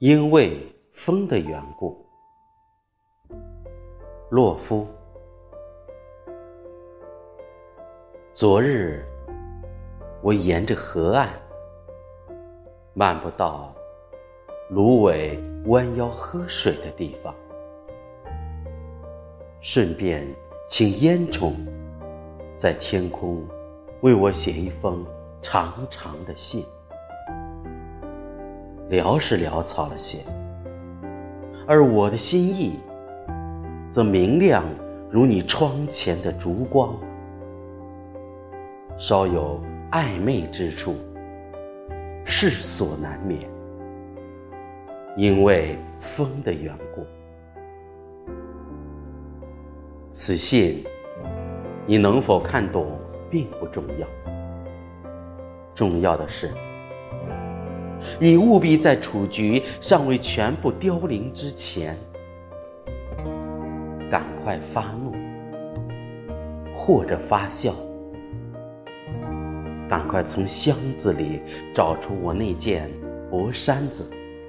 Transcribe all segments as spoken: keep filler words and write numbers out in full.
因为风的缘故。洛夫。昨日我沿着河岸漫步到芦苇弯腰喝水的地方，顺便请烟囱在天空为我写一封长长的信。潦是潦草了些，而我的心意则明亮如你窗前的烛光，稍有暧昧之处，世所难免，因为风的缘故。此信你能否看懂并不重要，重要的是你务必在雏菊尚未全部凋零之前，赶快发怒，或者发笑，赶快从箱子里找出我那件薄衫子，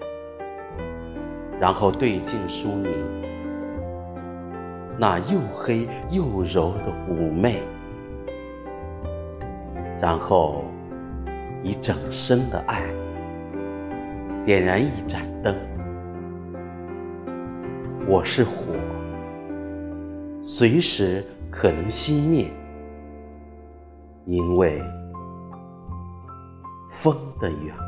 然后对镜梳你那又黑又柔的妩媚，然后以整身的爱点燃一盏灯。我是火，随时可能熄灭，因为风的缘